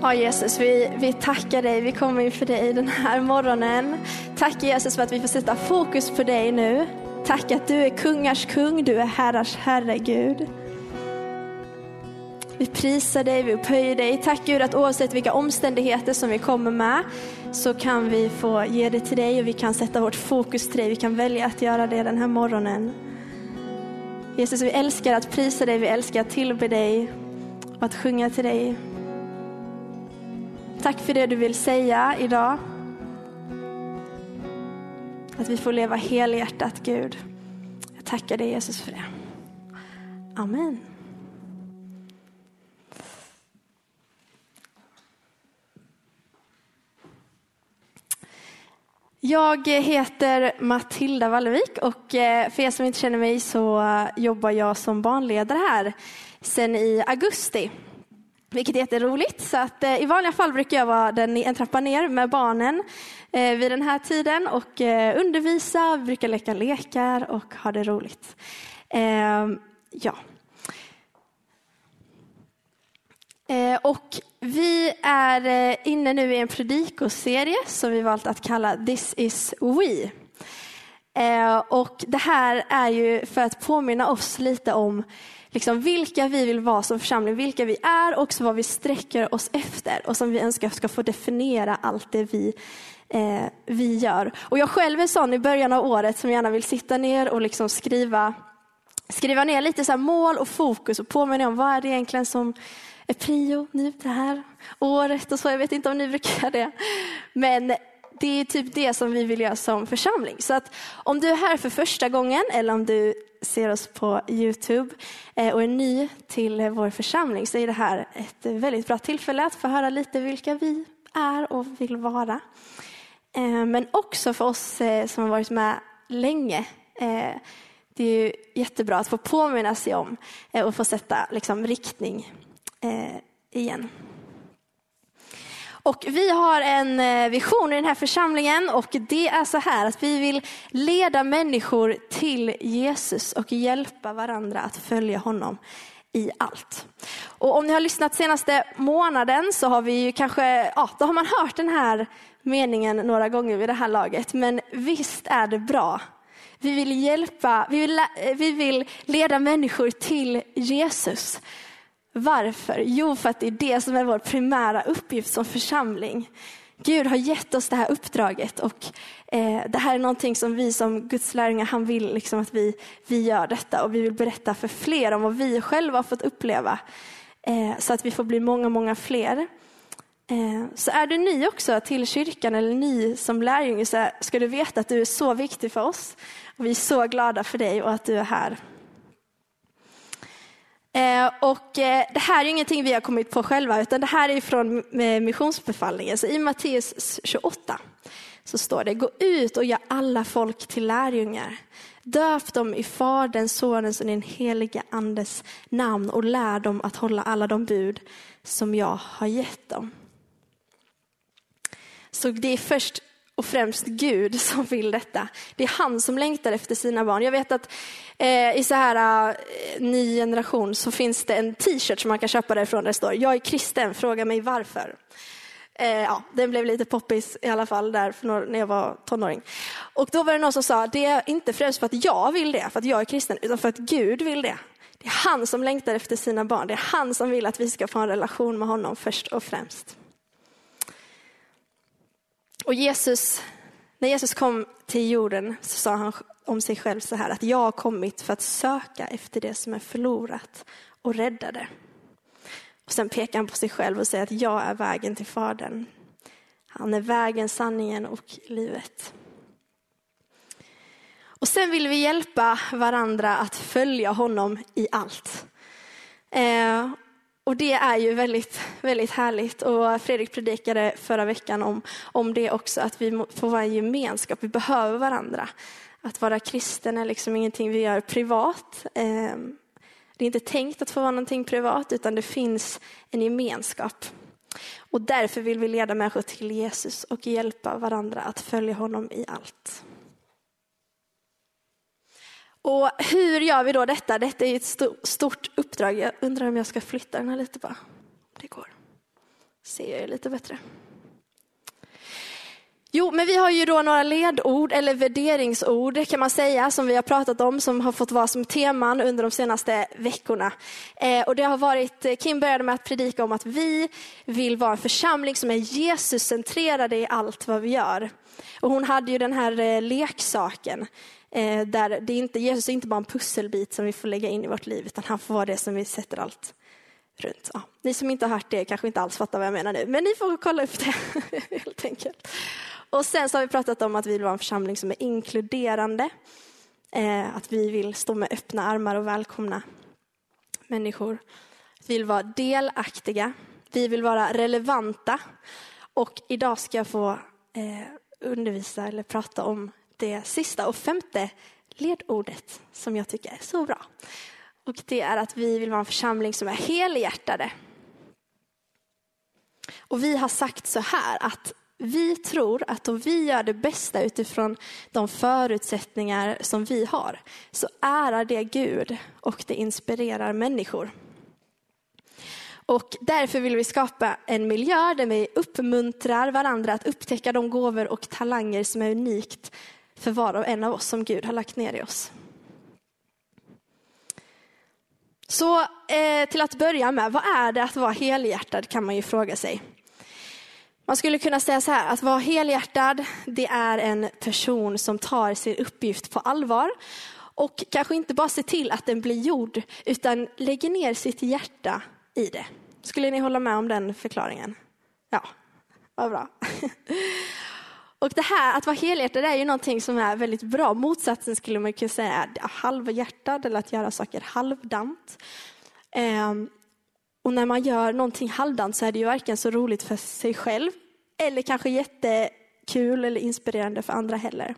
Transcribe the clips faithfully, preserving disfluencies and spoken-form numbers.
Ja Jesus, vi, vi tackar dig. Vi kommer inför dig den här morgonen. Tack Jesus för att vi får sätta fokus på dig nu. Tack att du är kungars kung, du är herrars herre Gud. Vi prisar dig, vi upphöjer dig. Tack Gud att oavsett vilka omständigheter som vi kommer med så kan vi få ge det till dig och vi kan sätta vårt fokus till dig. Vi kan välja att göra det den här morgonen. Jesus, vi älskar att prisa dig, vi älskar att tillbe dig och att sjunga till dig. Tack för det du vill säga idag. Att vi får leva helhjärtat, Gud. Jag tackar dig Jesus för det. Amen. Jag heter Matilda Wallevik och för er som inte känner mig så jobbar jag som barnledare här sedan i augusti. Vilket är jätteroligt. Så att, eh, i vanliga fall brukar jag vara den en trappa ner med barnen eh, vid den här tiden. Och eh, undervisa, brukar leka lekar och ha det roligt. Eh, ja. Eh, och vi är eh, inne nu i en predikoserie som vi valt att kalla This is we. Eh, och det här är ju för att påminna oss lite om liksom vilka vi vill vara som församling, vilka vi är och också vad vi sträcker oss efter och som vi önskar ska få definiera allt det vi, eh, vi gör. Och jag själv är sån i början av året som gärna vill sitta ner och liksom skriva, skriva ner lite så här mål och fokus och påminna om vad är det egentligen som är prio nu det här året och så. Jag vet inte om ni brukar det, men det är typ det som vi vill göra som församling. Så att om du är här för första gången eller om du ser oss på YouTube och är ny till vår församling så är det här ett väldigt bra tillfälle att få höra lite vilka vi är och vill vara. Men också för oss som har varit med länge. Det är ju jättebra att få påminna sig om och få sätta liksom riktning igen. Och vi har en vision i den här församlingen och det är så här att vi vill leda människor till Jesus och hjälpa varandra att följa honom i allt. Och om ni har lyssnat senaste månaden så har vi ju kanske, ja, då har man hört den här meningen några gånger vid det här laget. Men visst är det bra. Vi vill hjälpa, vi vill, vi vill leda människor till Jesus. Varför? Jo, för att det är det som är vår primära uppgift som församling. Gud har gett oss det här uppdraget och eh, det här är någonting som vi som Guds lärjungar, han vill liksom att vi, vi gör detta och vi vill berätta för fler om vad vi själva har fått uppleva eh, så att vi får bli många, många fler. Eh, så är du ny också till kyrkan eller ny som lärjunge så ska du veta att du är så viktig för oss och vi är så glada för dig och att du är här. Eh, och eh, det här är ingenting vi har kommit på själva utan det här är från missionsbefallningen. Så i Matteus tjugoåtta så står det: gå ut och gör alla folk till lärjungar. Döp dem i Faderns, Sonens och den heliga Andes namn och lär dem att hålla alla de bud som jag har gett dem. Så det är först och främst Gud som vill detta. Det är han som längtar efter sina barn. Jag vet att eh, i så här eh, ny generation så finns det en t-shirt som man kan köpa därifrån där det står: jag är kristen, fråga mig varför. Eh, ja, den blev lite poppis i alla fall där för några, när jag var tonåring. Och då var det någon som sa: det är inte främst för att jag vill det, för att jag är kristen, utan för att Gud vill det. Det är han som längtar efter sina barn. Det är han som vill att vi ska få en relation med honom först och främst. Och Jesus, när Jesus kom till jorden så sa han om sig själv så här: att jag har kommit för att söka efter det som är förlorat och rädda det. Och sen pekar han på sig själv och säger att jag är vägen till Fadern. Han är vägen, sanningen och livet. Och sen vill vi hjälpa varandra att följa honom i allt. Eh, Och det är ju väldigt, väldigt härligt. Och Fredrik predikade förra veckan om, om det också. Att vi får vara en gemenskap. Vi behöver varandra. Att vara kristen är liksom ingenting vi gör privat. Det är inte tänkt att få vara någonting privat. Utan det finns en gemenskap. Och därför vill vi leda människor till Jesus. Och hjälpa varandra att följa honom i allt. Och hur gör vi då detta? Detta är ett stort uppdrag. Jag undrar om jag ska flytta den här lite bara. Det går. ser jag lite bättre. Jo, men vi har ju då några ledord eller värderingsord kan man säga som vi har pratat om, som har fått vara som teman under de senaste veckorna. Eh, och det har varit, Kim började med att predika om att vi vill vara en församling som är Jesus-centrerade i allt vad vi gör. Och hon hade ju den här eh, leksaken eh, där det inte, Jesus är inte bara en pusselbit som vi får lägga in i vårt liv, utan han får vara det som vi sätter allt runt. Ja, ni som inte har hört det kanske inte alls fattar vad jag menar nu, men ni får kolla upp det helt enkelt. Och sen så har vi pratat om att vi vill vara en församling som är inkluderande. Eh, att vi vill stå med öppna armar och välkomna människor. Vi vill vara delaktiga. Vi vill vara relevanta. Och idag ska jag få eh, undervisa eller prata om det sista och femte ledordet som jag tycker är så bra. Och det är att vi vill vara en församling som är helhjärtade. Och vi har sagt så här att vi tror att om vi gör det bästa utifrån de förutsättningar som vi har, så ärar det Gud och det inspirerar människor. Och därför vill vi skapa en miljö där vi uppmuntrar varandra att upptäcka de gåvor och talanger som är unikt för var och en av oss som Gud har lagt ner i oss. Så eh, till att börja med, vad är det att vara helhjärtad, kan man ju fråga sig. Man skulle kunna säga så här, att vara helhjärtad, det är en person som tar sin uppgift på allvar och kanske inte bara ser till att den blir gjord, utan lägger ner sitt hjärta i det. Skulle ni hålla med om den förklaringen? Ja, vad bra. Och det här, att vara helhjärtad, är ju någonting som är väldigt bra. Motsatsen skulle man kunna säga är halvhjärtad eller att göra saker halvdant. Um, Och när man gör någonting halvdant så är det ju varken så roligt för sig själv eller kanske jättekul eller inspirerande för andra heller.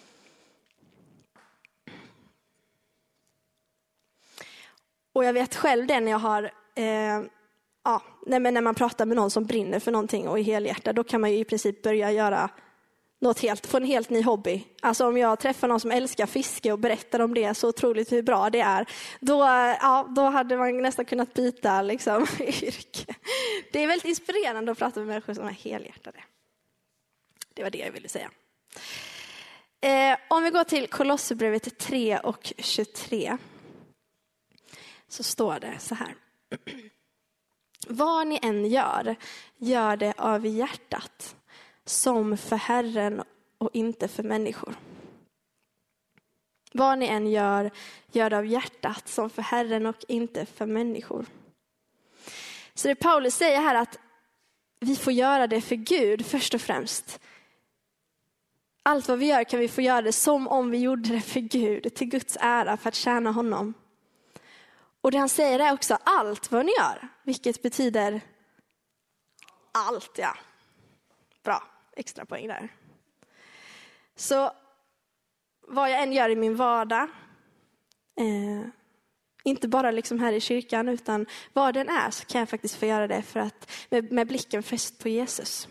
Och jag vet själv det när jag har, eh, ja, när man pratar med någon som brinner för någonting och är helhjärtad, då kan man ju i princip börja göra något helt, få en helt ny hobby. Alltså om jag träffar någon som älskar fiske och berättar om det så otroligt hur bra det är, då, ja, då hade man nästan kunnat byta liksom, yrke. Det är väldigt inspirerande att prata med människor som är helhjärtade. Det var det jag ville säga. Eh, om vi går till Kolosserbrevet tre och tjugotre så står det så här. Vad ni än gör, gör det av hjärtat, som för Herren och inte för människor. Vad ni än gör, gör det av hjärtat, som för Herren och inte för människor. Så det Paulus säger här, att vi får göra det för Gud först och främst. Allt vad vi gör kan vi få göra det som om vi gjorde det för Gud, till Guds ära, för att tjäna honom. Och det han säger är också allt vad ni gör, vilket betyder allt, ja. Bra, extra poäng där. Så vad jag än gör i min vardag, eh, inte bara liksom här i kyrkan, utan vad den är, så kan jag faktiskt få göra det för att, med, med blicken fäst på Jesus.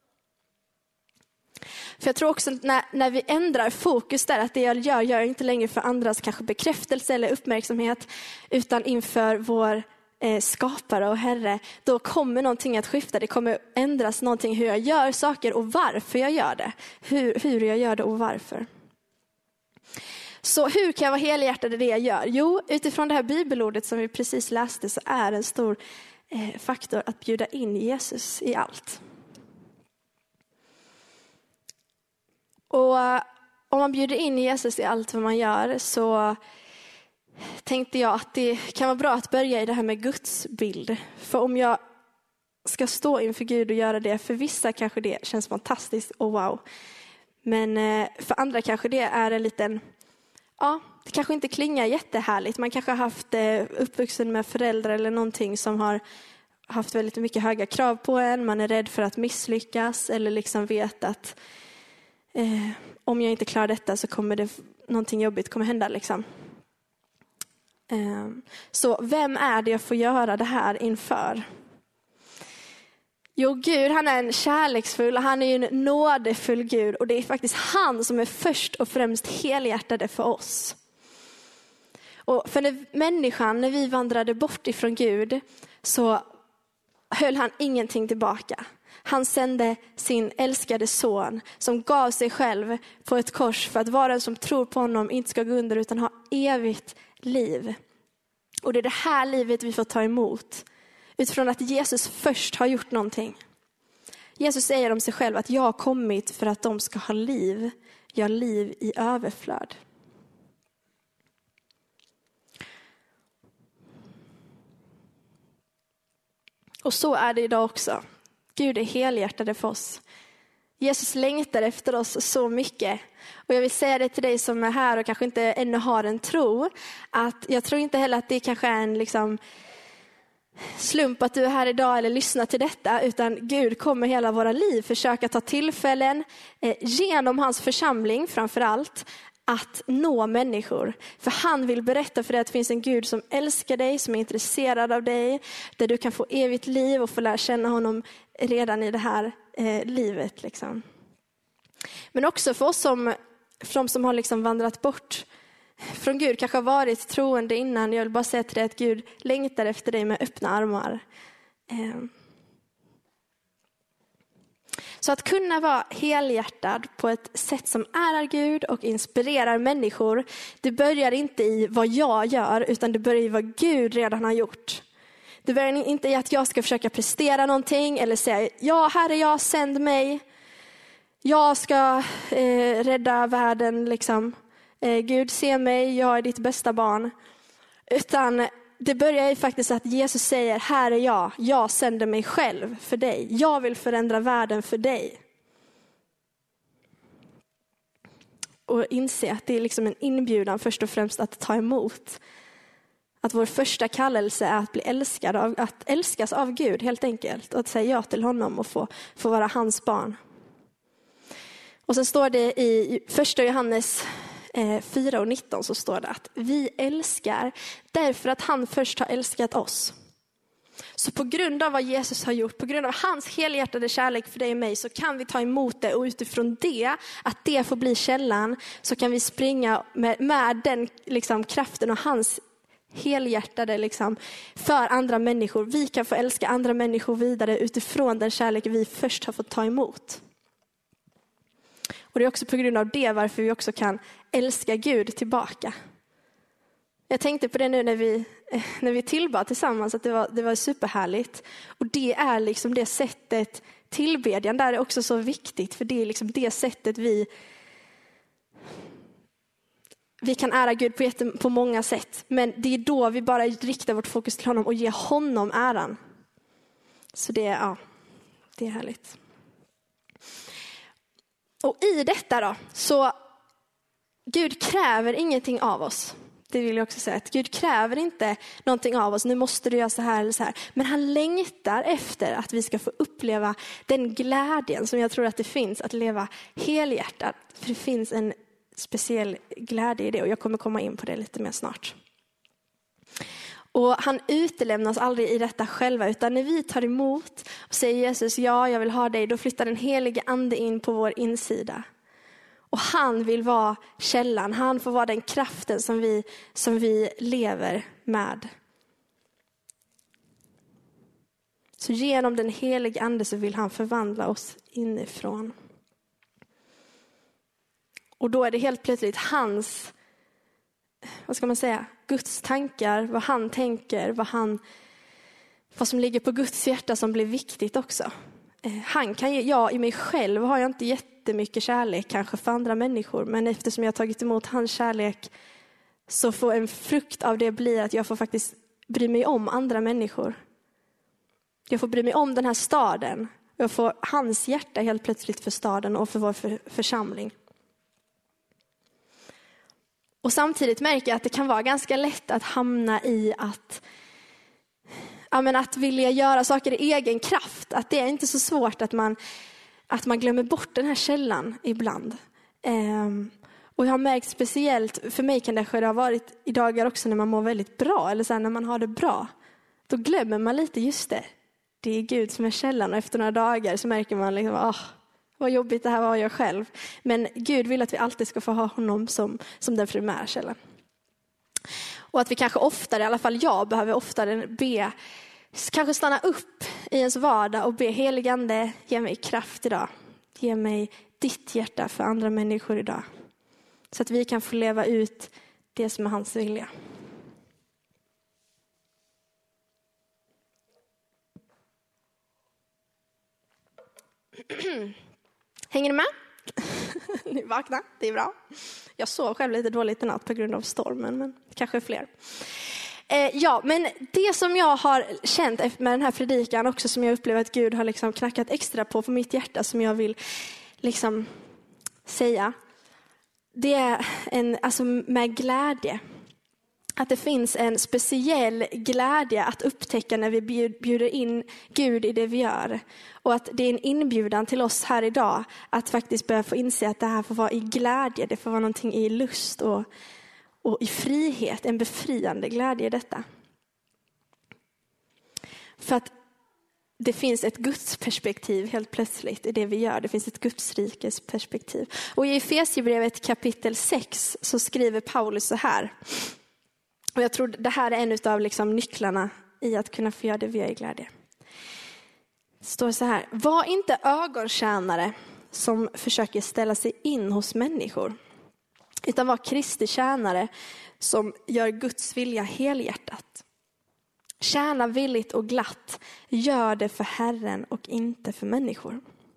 För jag tror också när, när vi ändrar fokus där, att det jag gör, gör jag inte längre för andras kanske bekräftelse eller uppmärksamhet, utan inför vår eh, skapare och Herre, då kommer någonting att skifta. Det kommer ändras någonting, hur jag gör saker och varför jag gör det. Hur, hur jag gör det och varför. Så hur kan jag vara helhjärtad i det jag gör? Jo, utifrån det här bibelordet som vi precis läste, så är en stor eh, faktor att bjuda in Jesus i allt. Och om man bjuder in Jesus i allt vad man gör, så tänkte jag att det kan vara bra att börja i det här med Guds bild. För om jag ska stå inför Gud och göra det, för vissa kanske det känns fantastiskt och wow. Men för andra kanske det är en liten, ja, det kanske inte klingar jättehärligt. Man kanske har haft uppvuxen med föräldrar eller någonting som har haft väldigt mycket höga krav på en. Man är rädd för att misslyckas eller liksom vet att Eh, om jag inte klarar detta så kommer det någonting jobbigt kommer hända liksom. Eh, så vem är det jag får göra det här inför? Jo, Gud, han är en kärleksfull och han är ju en nådefull Gud, och det är faktiskt han som är först och främst helhjärtade för oss. Och för när människan, när vi vandrade bort ifrån Gud, så höll han ingenting tillbaka. Han sände sin älskade son som gav sig själv på ett kors för att var den som tror på honom inte ska gå under utan ha evigt liv. Och det är det här livet vi får ta emot utifrån att Jesus först har gjort någonting. Jesus säger om sig själv att jag har kommit för att de ska ha liv. Ja, liv i överflöd. Och så är det idag också. Gud är helhjärtade för oss. Jesus längtar efter oss så mycket. Och jag vill säga det till dig som är här och kanske inte ännu har en tro. Att jag tror inte heller att det kanske är en liksom slump att du är här idag eller lyssnar till detta. Utan Gud kommer hela våra liv försöka ta tillfällen eh, genom hans församling framför allt. Att nå människor. För han vill berätta för dig att det finns en Gud som älskar dig, som är intresserad av dig. Där du kan få evigt liv och få lära känna honom redan i det här eh, livet. Liksom. Men också för oss som, för de som har liksom vandrat bort från Gud, kanske har varit troende innan. Jag vill bara säga till dig att Gud längtar efter dig med öppna armar. Eh. Så att kunna vara helhjärtad på ett sätt som ärar Gud och inspirerar människor, det börjar inte i vad jag gör utan det börjar i vad Gud redan har gjort. Det börjar inte i att jag ska försöka prestera någonting eller säga, ja här är jag, sänd mig. Jag ska eh, rädda världen, liksom. Eh, Gud se mig, jag är ditt bästa barn. Utan det börjar ju faktiskt att Jesus säger, här är jag, jag sänder mig själv för dig. Jag vill förändra världen för dig. Och inse att det är liksom en inbjudan först och främst att ta emot. Att vår första kallelse är att bli älskad, av, att älskas av Gud helt enkelt. Och att säga ja till honom och få, få vara hans barn. Och sen står det i första Johannes fyra och nitton så står det att vi älskar därför att han först har älskat oss. Så på grund av vad Jesus har gjort, på grund av hans helhjärtade kärlek för dig och mig, så kan vi ta emot det, och utifrån det, att det får bli källan, så kan vi springa med, med den liksom, kraften och hans helhjärtade liksom, för andra människor. Vi kan få älska andra människor vidare utifrån den kärlek vi först har fått ta emot. Och det är också på grund av det varför vi också kan älska Gud tillbaka. Jag tänkte på det nu när vi, när vi tillbad tillsammans, att det var, det var superhärligt. Och det är liksom det sättet, tillbedjan där är också så viktigt. För det är liksom det sättet vi, vi kan ära Gud på, jätte, på många sätt. Men det är då vi bara riktar vårt fokus till honom och ger honom äran. Så det, ja, det är härligt. Och i detta då, så Gud kräver ingenting av oss. Det vill jag också säga, att Gud kräver inte någonting av oss. Nu måste du göra så här eller så här. Men han längtar efter att vi ska få uppleva den glädjen som jag tror att det finns att leva helhjärtat. För det finns en speciell glädje i det, och jag kommer komma in på det lite mer snart. Och han utelämnas aldrig i detta själva, utan när vi tar emot och säger Jesus, ja jag vill ha dig, då flyttar den helige ande in på vår insida. Och han vill vara källan, han får vara den kraften som vi, som vi lever med. Så genom den helige ande så vill han förvandla oss inifrån. Och då är det helt plötsligt hans, vad ska man säga, Guds tankar, vad han tänker, vad, han, vad som ligger på Guds hjärta som blir viktigt också. Han kan ju, jag i mig själv har jag inte jättemycket kärlek kanske för andra människor, men eftersom jag har tagit emot hans kärlek så får en frukt av det bli att jag får faktiskt bry mig om andra människor. Jag får bry mig om den här staden. Jag får hans hjärta helt plötsligt för staden och för vår för, församling. Och samtidigt märker jag att det kan vara ganska lätt att hamna i att, ja, men att vilja göra saker i egen kraft. Att det är inte så svårt att man, att man glömmer bort den här källan ibland. Um, och jag har märkt speciellt, för mig kan det ha varit i dagar också när man mår väldigt bra. Eller så här, när man har det bra. Då glömmer man lite just det. Det är Gud som är källan, och efter några dagar så märker man liksom, åh, vad jobbigt det här var jag själv. Men Gud vill att vi alltid ska få ha honom som, som den primära källan. Och att vi kanske oftare, i alla fall jag, behöver oftare be kanske stanna upp i ens vardag och be helige Ande, ge mig kraft idag. Ge mig ditt hjärta för andra människor idag. Så att vi kan få leva ut det som är hans vilja. Hänger ni med? Ni vaknar, det är bra. Jag sov själv lite dåligt i natt på grund av stormen, men kanske fler. Eh, ja, men det som jag har känt med den här predikan också, som jag upplever att Gud har liksom knackat extra på för mitt hjärta, som jag vill liksom säga, det är en, alltså med glädje. Att det finns en speciell glädje att upptäcka när vi bjuder in Gud i det vi gör. Och att det är en inbjudan till oss här idag att faktiskt börja få inse att det här får vara i glädje. Det får vara någonting i lust och, och i frihet. En befriande glädje i detta. För att det finns ett Guds perspektiv helt plötsligt i det vi gör. Det finns ett Guds rikes perspektiv. Och i Efesierbrevet kapitel sex så skriver Paulus så här. Och jag tror det här är en av liksom nycklarna i att kunna få göra det vi gör i glädje. Det står så här: var inte ögontjänare som försöker ställa sig in hos människor, utan var Kristi tjänare som gör Guds vilja helhjärtat. Tjäna villigt och glatt, gör det för Herren och inte för människor.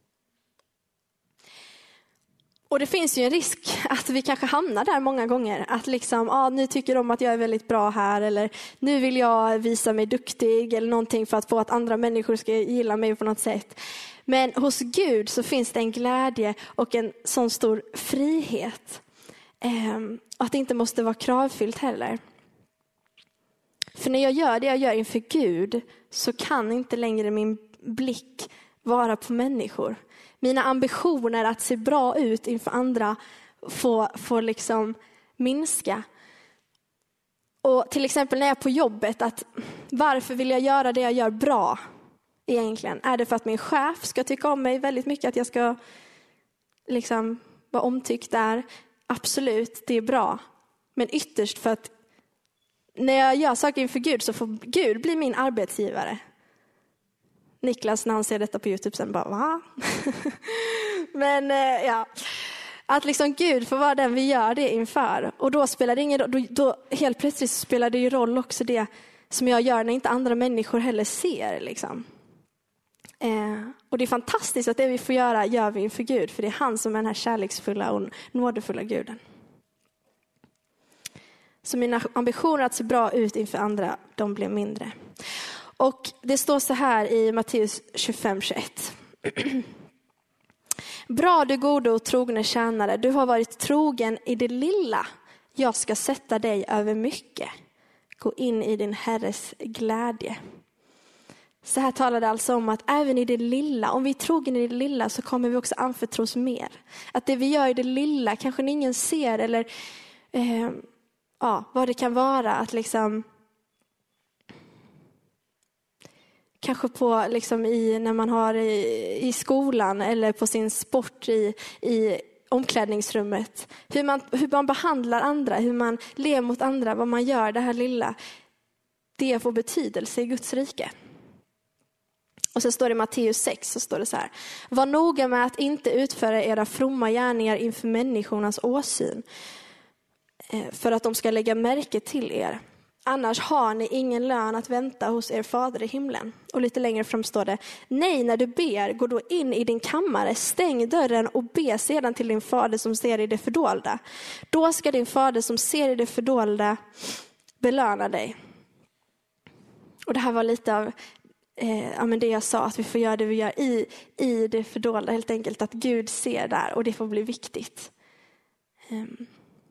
Och det finns ju en risk att vi kanske hamnar där många gånger. Att liksom, ah, nu tycker de att jag är väldigt bra här. Eller nu vill jag visa mig duktig. Eller någonting för att få att andra människor ska gilla mig på något sätt. Men hos Gud så finns det en glädje och en sån stor frihet. Eh, att det inte måste vara kravfyllt heller. För när jag gör det jag gör inför Gud så kan inte längre min blick vara på människor. Mina ambitioner att se bra ut inför andra får, får liksom minska. Och till exempel när jag är på jobbet, att varför vill jag göra det jag gör bra egentligen? Är det för att min chef ska tycka om mig väldigt mycket, att jag ska liksom vara omtyckt där? Absolut, det är bra. Men ytterst för att när jag gör saker inför Gud så får Gud bli min arbetsgivare. Niklas, när han ser detta på YouTube, sen bara, va? Men ja, att liksom Gud får vara den vi gör det inför. Och då spelar det ingen roll, då, då helt plötsligt spelar det ju roll också det som jag gör när inte andra människor heller ser. Liksom. Eh, och det är fantastiskt att det vi får göra gör vi inför Gud, för det är han som är den här kärleksfulla och nådefulla Guden. Så mina ambitioner att se bra ut inför andra, de blir mindre. Och det står så här i Matteus tjugofem tjugoett. Bra du gode och trogne tjänare, du har varit trogen i det lilla. Jag ska sätta dig över mycket. Gå in i din Herres glädje. Så här talar det alltså om att även i det lilla, om vi är trogen i det lilla så kommer vi också anförtros mer. Att det vi gör i det lilla kanske ingen ser, eller eh, ja, vad det kan vara, att liksom kanske på liksom i när man har i, i skolan eller på sin sport i i omklädningsrummet, hur man hur man behandlar andra, hur man ler mot andra, vad man gör, det här lilla, det får betydelse i Guds rike. Och så står det i Matteus sex, så står det så här: var noga med att inte utföra era fromma gärningar inför människornas åsyn, för att de ska lägga märke till er. Annars har ni ingen lön att vänta hos er fader i himlen. Och lite längre fram står det: nej, när du ber, gå då in i din kammare, stäng dörren och be sedan till din fader som ser i det fördolda. Då ska din fader som ser i det fördolda belöna dig. Och det här var lite av eh, ja, men det jag sa, att vi får göra det vi gör i, i det fördolda. Helt enkelt att Gud ser där, och det får bli viktigt. Um.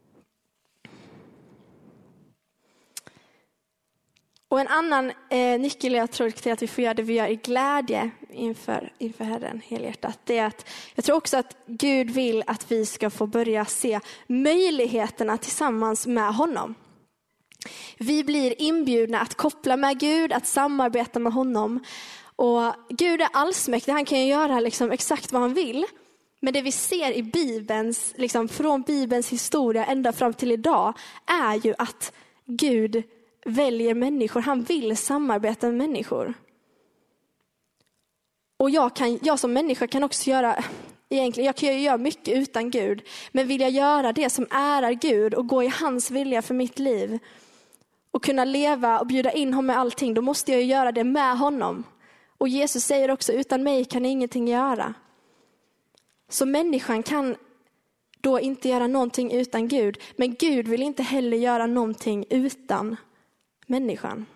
Och en annan eh, nyckel jag tror till att vi får göra det vi gör i glädje inför, inför Herren helhjärtat, det är att jag tror också att Gud vill att vi ska få börja se möjligheterna tillsammans med honom. Vi blir inbjudna att koppla med Gud, att samarbeta med honom. Och Gud är allsmäktig, han kan ju göra liksom exakt vad han vill. Men det vi ser i Bibelns, liksom från Bibelns historia ända fram till idag, är ju att Gud väljer människor. Han vill samarbeta med människor. Och jag, kan, jag som människa kan också göra, egentligen, jag kan ju göra mycket utan Gud. Men vill jag göra det som ärar Gud och gå i hans vilja för mitt liv och kunna leva och bjuda in honom med allting, då måste jag ju göra det med honom. Och Jesus säger också, utan mig kan ni ingenting göra. Så människan kan då inte göra någonting utan Gud. Men Gud vill inte heller göra någonting utan människan.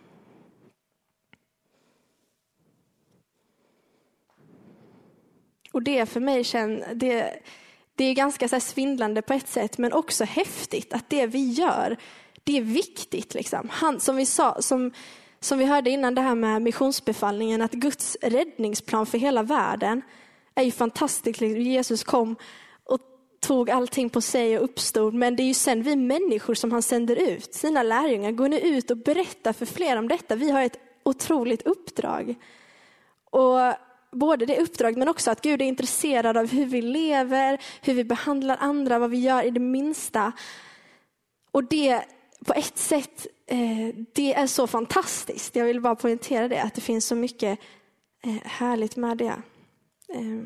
Och det för mig känns, det, det är ganska så här svindlande på ett sätt, men också häftigt att det vi gör, det är viktigt liksom. Han, som vi sa, som, som vi hörde innan det här med missionsbefallningen, att Guds räddningsplan för hela världen är ju fantastiskt. Jesus kom och tog allting på sig och uppstod, men det är ju sen vi människor som han sänder ut, sina lärjungar, går nu ut och berättar för fler om detta. Vi har ett otroligt uppdrag. Och både det uppdrag, men också att Gud är intresserad av hur vi lever, hur vi behandlar andra, vad vi gör i det minsta. Och det på ett sätt, eh, det är så fantastiskt. Jag vill bara poängtera det, att det finns så mycket eh, härligt med det. Eh.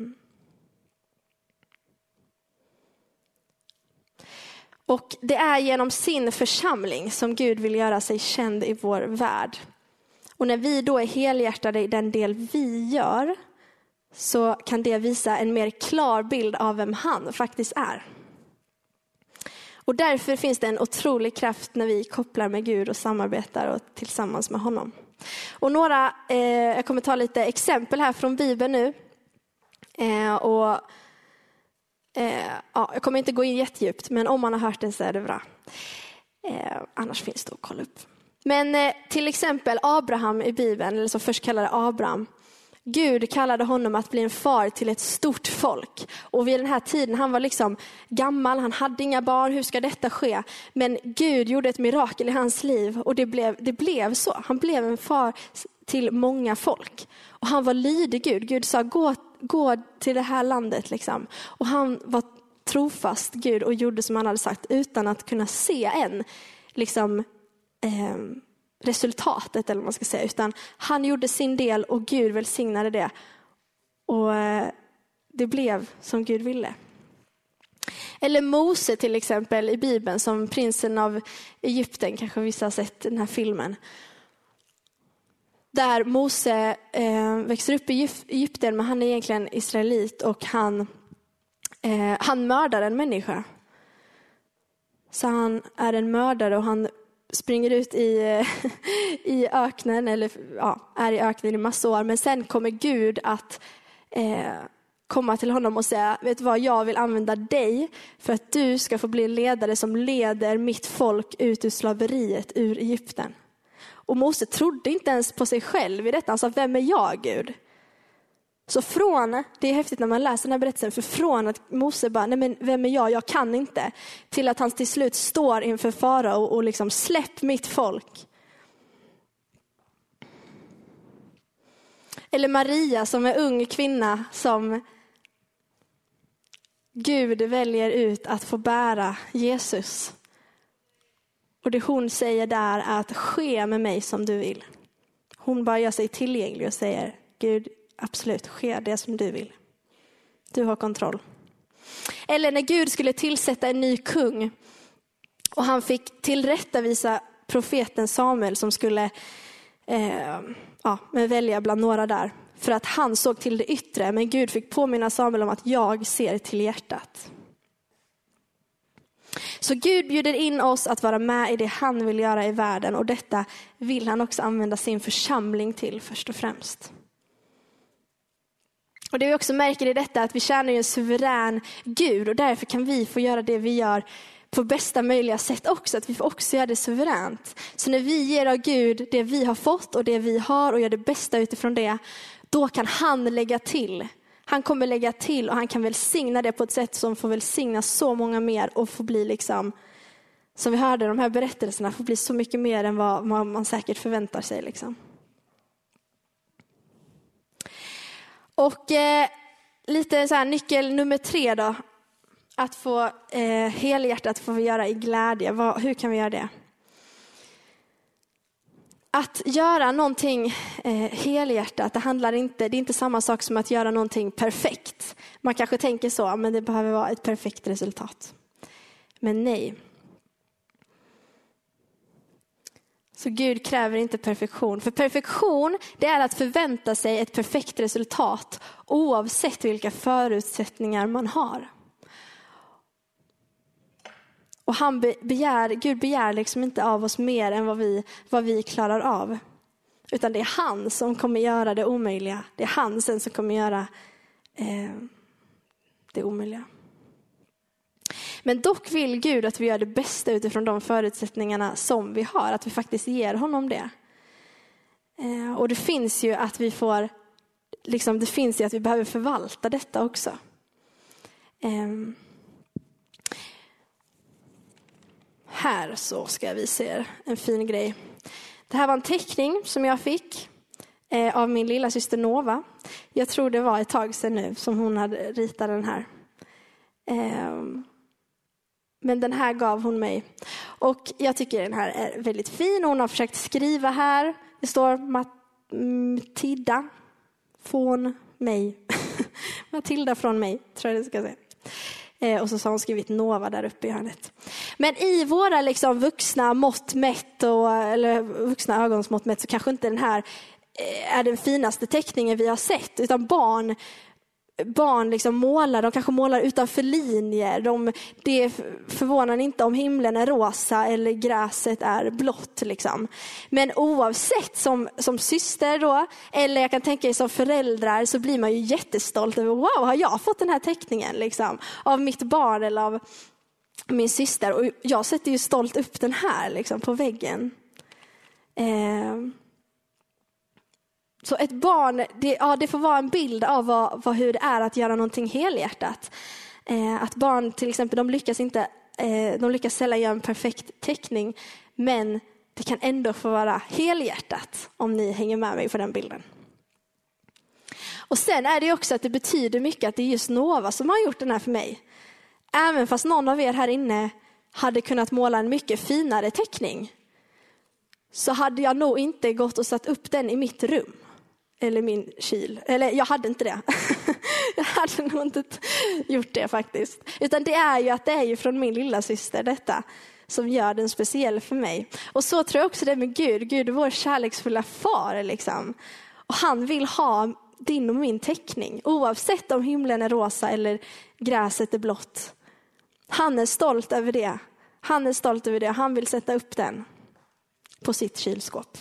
Och det är genom sin församling som Gud vill göra sig känd i vår värld. Och när vi då är helhjärtade i den del vi gör, så kan det visa en mer klar bild av vem han faktiskt är. Och därför finns det en otrolig kraft när vi kopplar med Gud och samarbetar och tillsammans med honom. Och några, eh, jag kommer ta lite exempel här från Bibeln nu. Eh, och eh, ja, jag kommer inte gå in jättedjupt, men om man har hört det så är det bra. Eh, annars finns det att kolla upp. Men eh, till exempel Abraham i Bibeln, eller som först kallade Abraham. Gud kallade honom att bli en far till ett stort folk. Och vid den här tiden, han var liksom gammal, han hade inga barn, hur ska detta ske? Men Gud gjorde ett mirakel i hans liv och det blev, det blev så. Han blev en far till många folk. Och han var lydig Gud. Gud sa, gå, gå till det här landet liksom. Och han var trofast Gud och gjorde som han hade sagt utan att kunna se än liksom eh, resultatet, eller vad man ska säga, utan han gjorde sin del och Gud välsignade det. Och eh, det blev som Gud ville. Eller Mose till exempel i Bibeln, som prinsen av Egypten, kanske vissa har sett den här filmen. Där Mose eh, växer upp i Egypten, men han är egentligen israelit och han, eh, han mördar en människa. Så han är en mördare och han springer ut i, i öknen, eller ja, är i öknen i massa år. Men sen kommer Gud att eh, komma till honom och säga, vet du vad, jag vill använda dig för att du ska få bli en ledare som leder mitt folk ut ur slaveriet, ur Egypten. Och Mose trodde inte ens på sig själv i detta. Han sa, vem är jag, Gud? Så från, det är häftigt när man läser den här berättelsen, för från att Mose bara, nej men vem är jag, jag kan inte, till att han till slut står inför farao och, och liksom släpp mitt folk. Eller Maria som är ung kvinna som Gud väljer ut att få bära Jesus. Och det hon säger där är att ske med mig som du vill. Hon bara gör sig tillgänglig och säger, Gud, absolut, ske det som du vill. Du har kontroll. Eller när Gud skulle tillsätta en ny kung och han fick tillrättavisa profeten Samuel som skulle eh, ja, välja bland några där. För att han såg till det yttre, men Gud fick påminna Samuel om att jag ser till hjärtat. Så Gud bjuder in oss att vara med i det han vill göra i världen, och detta vill han också använda sin församling till först och främst. Och det vi också märker i detta är att vi tjänar ju en suverän Gud, och därför kan vi få göra det vi gör på bästa möjliga sätt också, att vi får också göra det suveränt. Så när vi ger av Gud det vi har fått och det vi har och gör det bästa utifrån det, då kan han lägga till. Han kommer lägga till och han kan välsigna det på ett sätt som får välsigna så många mer och får bli liksom, som vi hörde de här berättelserna, får bli så mycket mer än vad man säkert förväntar sig liksom. Och eh, lite så här nyckel nummer tre då, att få eh, helhjärtat få göra i glädje. Vad, hur kan vi göra det? Att göra någonting eh, helhjärtat, det handlar inte, det är inte samma sak som att göra någonting perfekt. Man kanske tänker så, men det behöver vara ett perfekt resultat. Men nej. Så Gud kräver inte perfektion. För perfektion, det är att förvänta sig ett perfekt resultat oavsett vilka förutsättningar man har. Och han begär, Gud begär liksom inte av oss mer än vad vi, vad vi klarar av. Utan det är han som kommer göra det omöjliga. Det är han sen som kommer göra eh, det omöjliga. Men dock vill Gud att vi gör det bästa utifrån de förutsättningarna som vi har. Att vi faktiskt ger honom det. Eh, och det finns ju att vi får, liksom, det finns ju att vi behöver förvalta detta också. Eh, Här så ska vi se en fin grej. Det här var en teckning som jag fick eh, av min lilla syster Nova. Jag tror det var ett tag sedan nu som hon hade ritat den här. Eh, men den här gav hon mig. Och jag tycker den här är väldigt fin. Hon har försökt skriva här. Det står Matilda från mig. Matilda från mig, tror jag det ska säga. Och så har hon skrivit Nova där uppe i hörnet. Men i våra liksom vuxna mått mätt och, eller vuxna ögonsmått mätt så kanske inte den här är den finaste teckningen vi har sett. Utan barn, barn liksom målar, de kanske målar utanför linjer. De, det förvånar inte om himlen är rosa eller gräset är blått. Liksom. Men oavsett som, som syster då, eller jag kan tänka er som föräldrar, så blir man ju jättestolt över, wow, har jag fått den här teckningen liksom, av mitt barn eller av min syster. Och jag sätter ju stolt upp den här liksom, på väggen. Eh... Så ett barn, det, ja, det får vara en bild av vad, vad, hur det är att göra någonting helhjärtat. Eh, att barn till exempel, de lyckas inte, eh, de lyckas sällan göra en perfekt teckning. Men det kan ändå få vara helhjärtat om ni hänger med mig på den bilden. Och sen är det också att det betyder mycket att det är just Nova som har gjort den här för mig. Även fast någon av er här inne hade kunnat måla en mycket finare teckning, så hade jag nog inte gått och satt upp den i mitt rum. Eller min kyl. Eller jag hade inte det. Jag hade nog inte gjort det faktiskt. Utan det är ju att det är ju från min lilla syster detta som gör den speciell för mig. Och så tror jag också det med Gud. Gud är vår kärleksfulla far liksom. Och han vill ha din och min teckning. Oavsett om himlen är rosa eller gräset är blått. Han är stolt över det. Han är stolt över det. Han vill sätta upp den på sitt kylskåp.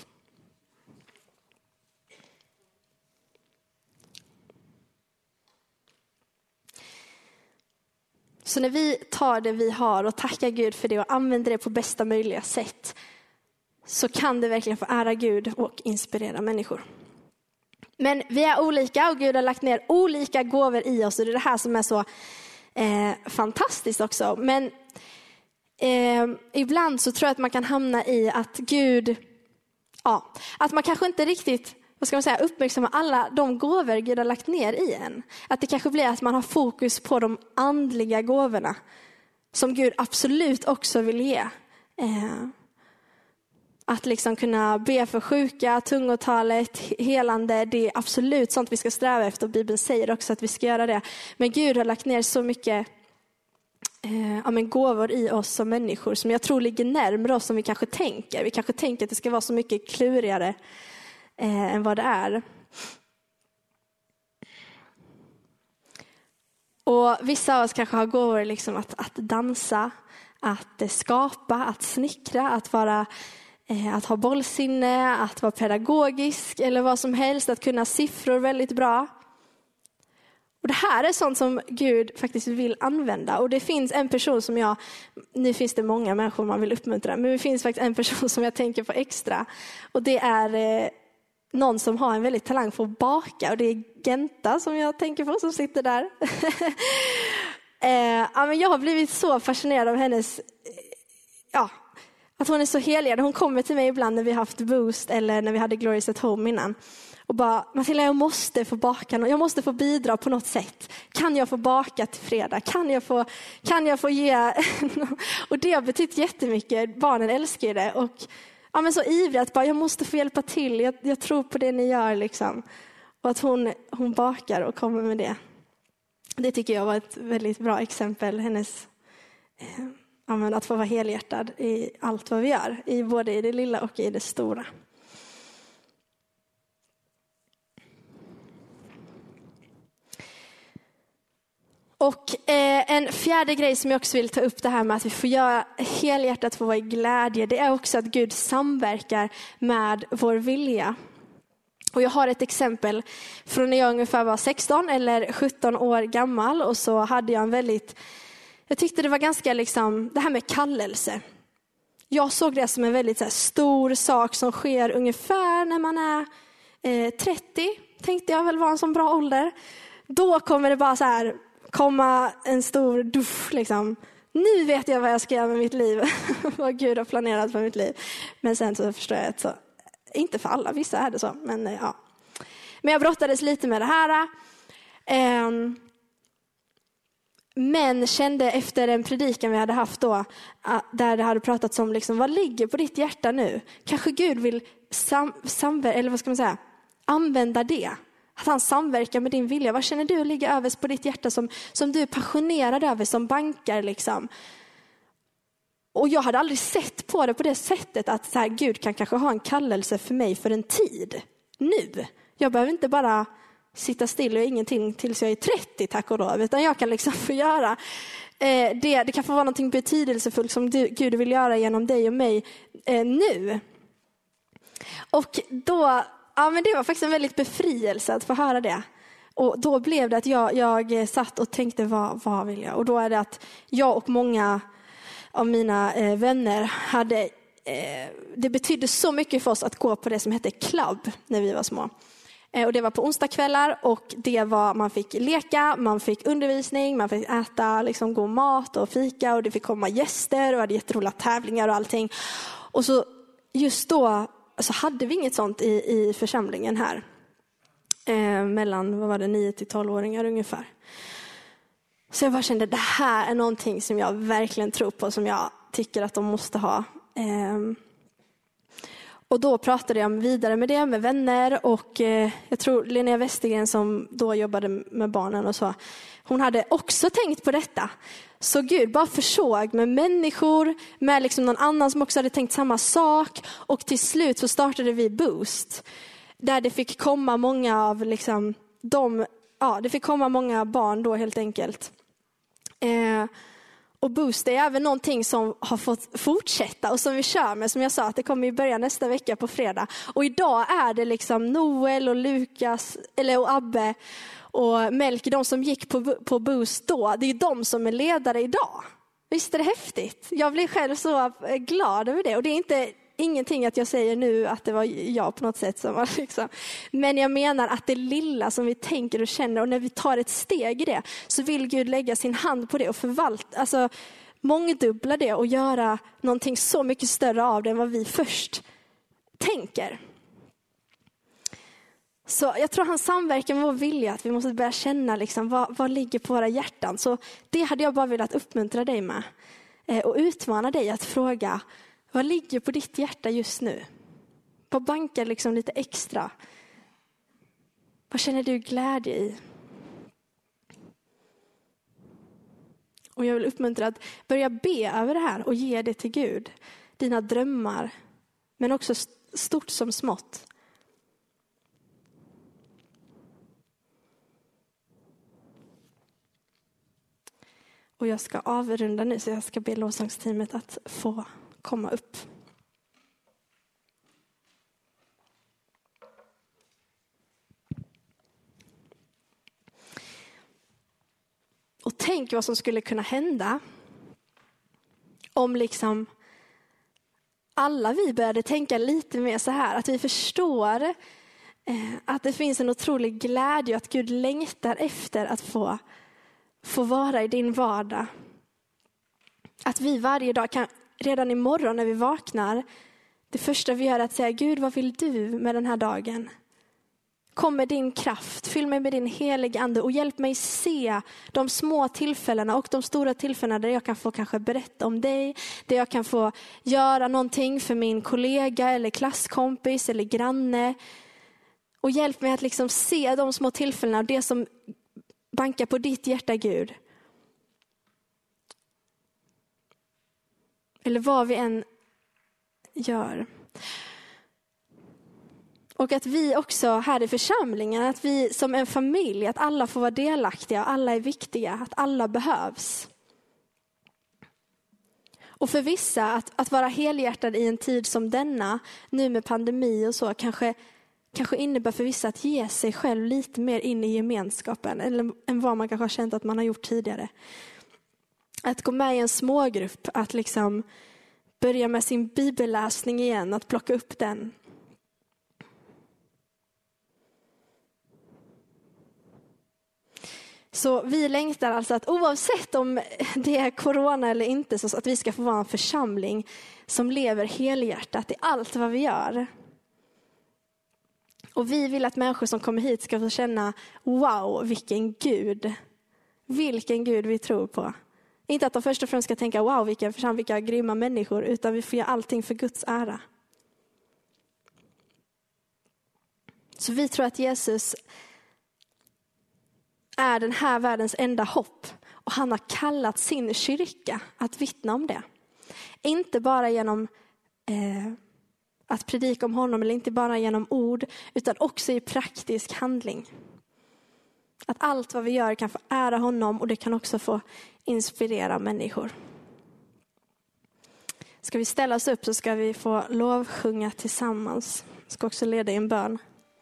Så när vi tar det vi har och tackar Gud för det och använder det på bästa möjliga sätt, så kan det verkligen få ära Gud och inspirera människor. Men vi är olika och Gud har lagt ner olika gåvor i oss, och det är det här som är så eh, fantastiskt också. Men eh, ibland så tror jag att man kan hamna i att Gud, ja, att man kanske inte riktigt, vad ska man säga, uppmärksamma alla de gåvor Gud har lagt ner i en. Att det kanske blir att man har fokus på de andliga gåvorna som Gud absolut också vill ge. Eh, att liksom kunna be för sjuka, tungotalet, helande, det är absolut sånt vi ska sträva efter. Bibeln säger också att vi ska göra det. Men Gud har lagt ner så mycket eh, ja, men gåvor i oss som människor som jag tror ligger närmare oss som vi kanske tänker. Vi kanske tänker att det ska vara så mycket klurigare Eh, än vad det är. Och vissa av oss kanske har gåvor liksom att, att dansa, att eh, skapa, att snickra, att vara eh, att ha bollsinne, att vara pedagogisk eller vad som helst, att kunna siffror väldigt bra. Och det här är sånt som Gud faktiskt vill använda. Och det finns en person som jag, nu finns det många människor man vill uppmuntra, men det finns faktiskt en person som jag tänker på extra. Och det är eh, någon som har en väldigt talang för att baka, och det är Genta som jag tänker på som sitter där. eh, ja, men jag har blivit så fascinerad av hennes, ja, att hon är så helig. Hon kommer till mig ibland när vi har haft Boost eller när vi hade Glorious at Home innan. Och bara, Matilda, jag måste få baka, jag måste få bidra på något sätt. Kan jag få baka till fredag? Kan jag få, kan jag få ge? Och det har betytt jättemycket. Barnen älskar det. Och ja, men så ivrig att bara, jag måste få hjälpa till. Jag, jag tror på det ni gör liksom. Och att hon, hon bakar och kommer med det. Det tycker jag var ett väldigt bra exempel. Hennes, eh, ja, men att få vara helhjärtad i allt vad vi gör. I både i det lilla och i det stora. Och eh, en fjärde grej som jag också vill ta upp, det här med att vi får göra helhjärtat för vår glädje. Det är också att Gud samverkar med vår vilja. Och jag har ett exempel från när jag ungefär var sexton eller sjutton år gammal. Och så hade jag en väldigt, jag tyckte det var ganska liksom, det här med kallelse. Jag såg det som en väldigt så här, stor sak som sker ungefär när man är eh, trettio. Tänkte jag väl var en sån bra ålder. Då kommer det bara så här, komma en stor dusch liksom. Nu vet jag vad jag ska göra med mitt liv. Vad Gud har planerat för mitt liv. Men sen så förstår jag att så, inte för alla, vissa är det så. Men ja. Men jag brottades lite med det här. Um, men kände efter en predikan vi hade haft då, där det hade pratats om liksom, vad ligger på ditt hjärta nu? Kanske Gud vill sam, samver- eller vad ska man säga, använda det. Att han samverkar med din vilja. Vad känner du ligger överst på ditt hjärta som, som du är passionerad över, som bankar liksom? Och jag hade aldrig sett på det på det sättet att så här, Gud kan kanske ha en kallelse för mig för en tid. Nu. Jag behöver inte bara sitta still och ingenting tills jag är trettio, tack och lov. Utan jag kan liksom få göra eh, det. Det kan få vara någonting betydelsefullt som du, Gud vill göra genom dig och mig eh, nu. Och då, ja men det var faktiskt en väldigt befrielse att få höra det. Och då blev det att jag, jag satt och tänkte, vad, vad vill jag? Och då är det att jag och många av mina eh, vänner hade, eh, det betydde så mycket för oss att gå på det som hette klubb när vi var små. Eh, och det var på onsdagskvällar och det var, man fick leka, man fick undervisning, man fick äta liksom, god mat och fika och det fick komma gäster och hade jätteroliga tävlingar och allting. Och så just då så hade vi inget sånt i, i församlingen här. Eh, mellan, vad var det, nio till tolv-åringar ungefär. Så jag bara kände, det här är någonting som jag verkligen tror på, som jag tycker att de måste ha. Eh, och då pratade jag vidare med det, med vänner. Och eh, jag tror Linnea Westergren som då jobbade med barnen och så, hon hade också tänkt på detta. Så Gud bara försåg med människor, med liksom någon annan som också hade tänkt samma sak. Och till slut så startade vi Boost. Där det fick komma många av liksom de, ja det fick komma många barn då helt enkelt. Eh, och Boost är även någonting som har fått fortsätta och som vi kör med, som jag sa, att det kommer ju börja nästa vecka på fredag. Och idag är det liksom Noel och Lukas, eller och Abbe och Melke, de som gick på, på Boost då, det är de som är ledare idag. Visst är det häftigt? Jag blir själv så glad över det. Och det är inte ingenting att jag säger nu att det var jag på något sätt som var liksom. Men jag menar att det lilla som vi tänker och känner, och när vi tar ett steg i det, så vill Gud lägga sin hand på det och förvalta, alltså mångdubbla det och göra någonting så mycket större av det än vad vi först tänker. Så jag tror han samverkar med vår vilja, att vi måste börja känna liksom, vad, vad ligger på våra hjärtan. Så det hade jag bara velat uppmuntra dig med. Eh, och utmana dig att fråga, vad ligger på ditt hjärta just nu? Vad bankar liksom lite extra? Vad känner du glädje i? Och jag vill uppmuntra att börja be över det här och ge det till Gud. Dina drömmar, men också stort som smått. Och jag ska avrunda nu, så jag ska be lovsångsteamet att få komma upp. Och tänk vad som skulle kunna hända om liksom alla vi började tänka lite mer så här, att vi förstår eh, att det finns en otrolig glädje och att Gud längtar efter att få, få vara i din vardag. Att vi varje dag kan, redan imorgon när vi vaknar, det första vi gör är att säga, Gud, vad vill du med den här dagen? Kom med din kraft, fyll mig med din heliga ande och hjälp mig se de små tillfällena och de stora tillfällena där jag kan få kanske berätta om dig, där jag kan få göra någonting för min kollega eller klasskompis eller granne. Och hjälp mig att liksom se de små tillfällena och det som bankar på ditt hjärta, Gud. Eller vad vi än gör. Och att vi också här i församlingen, att vi som en familj, att alla får vara delaktiga, alla är viktiga, att alla behövs. Och för vissa, att, att vara helhjärtad i en tid som denna, nu med pandemi och så, kanske, kanske innebär för vissa att ge sig själv lite mer in i gemenskapen eller, än vad man kanske har känt att man har gjort tidigare. Att gå med i en smågrupp, att liksom börja med sin bibelläsning igen, att plocka upp den. Så vi längtar alltså att oavsett om det är corona eller inte, så att vi ska få vara en församling som lever helhjärtat i allt vad vi gör. Och vi vill att människor som kommer hit ska få känna, wow, vilken Gud. Vilken Gud vi tror på. Inte att de först och främst ska tänka, wow, vilken församling, vilka grymma människor, utan vi får göra allting för Guds ära. Så vi tror att Jesus är den här världens enda hopp. Och han har kallat sin kyrka att vittna om det. Inte bara genom eh, att predika om honom, eller inte bara genom ord, utan också i praktisk handling. Att allt vad vi gör kan få ära honom, och det kan också få inspirera människor. Ska vi ställa oss upp så ska vi få lovsjunga tillsammans. Jag ska också leda i en bön.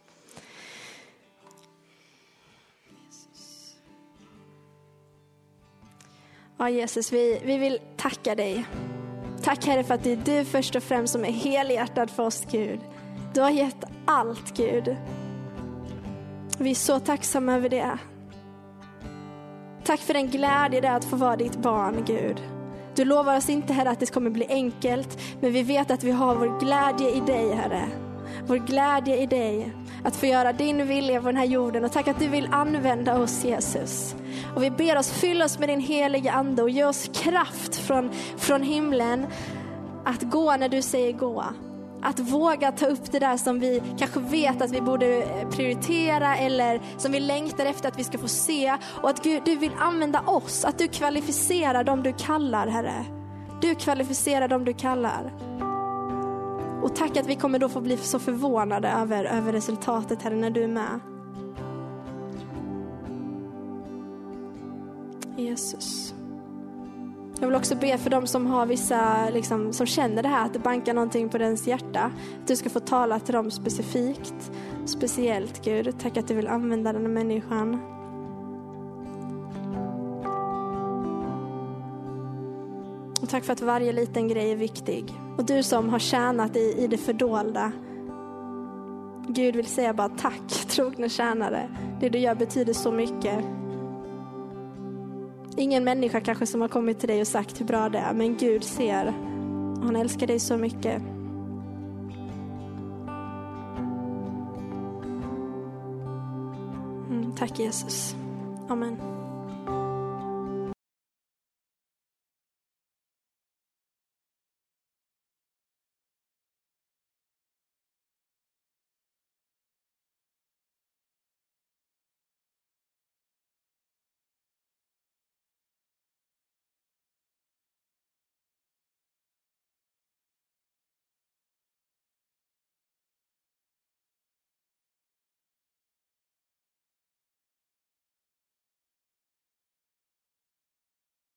Ja, Jesus, vi, vi vill tacka dig. Tack Herre för att det är du först och främst som är helhjärtad för oss, Gud. Du har gett allt, Gud. Vi är så tacksamma över det. Tack för den glädje det är att få vara ditt barn, Gud. Du lovar oss inte, Herre, att det kommer bli enkelt, men vi vet att vi har vår glädje i dig, Herre. Vår glädje i dig. Att få göra din vilja på den här jorden. Och tack att du vill använda oss, Jesus. Och vi ber oss, fylla oss med din heliga ande och ge oss kraft från, från himlen att gå när du säger gå. Att våga ta upp det där som vi kanske vet att vi borde prioritera, eller som vi längtar efter att vi ska få se. Och att Gud, du vill använda oss, att du kvalificerar dem du kallar, Herre. Du kvalificerar dem du kallar. Och tack att vi kommer då få bli så förvånade över, över resultatet, Herre, när du är med. Jesus. Jag vill också be för dem som har vissa, liksom, som känner det här, att det bankar någonting på dens hjärta. Att du ska få tala till dem specifikt, speciellt, Gud. Tack att du vill använda den här människan. Och tack för att varje liten grej är viktig. Och du som har tjänat i, i det fördolda. Gud vill säga bara tack, trogna tjänare. Det du gör betyder så mycket. Ingen människa kanske som har kommit till dig och sagt hur bra det är. Men Gud ser. Och han älskar dig så mycket. Mm, tack Jesus. Amen.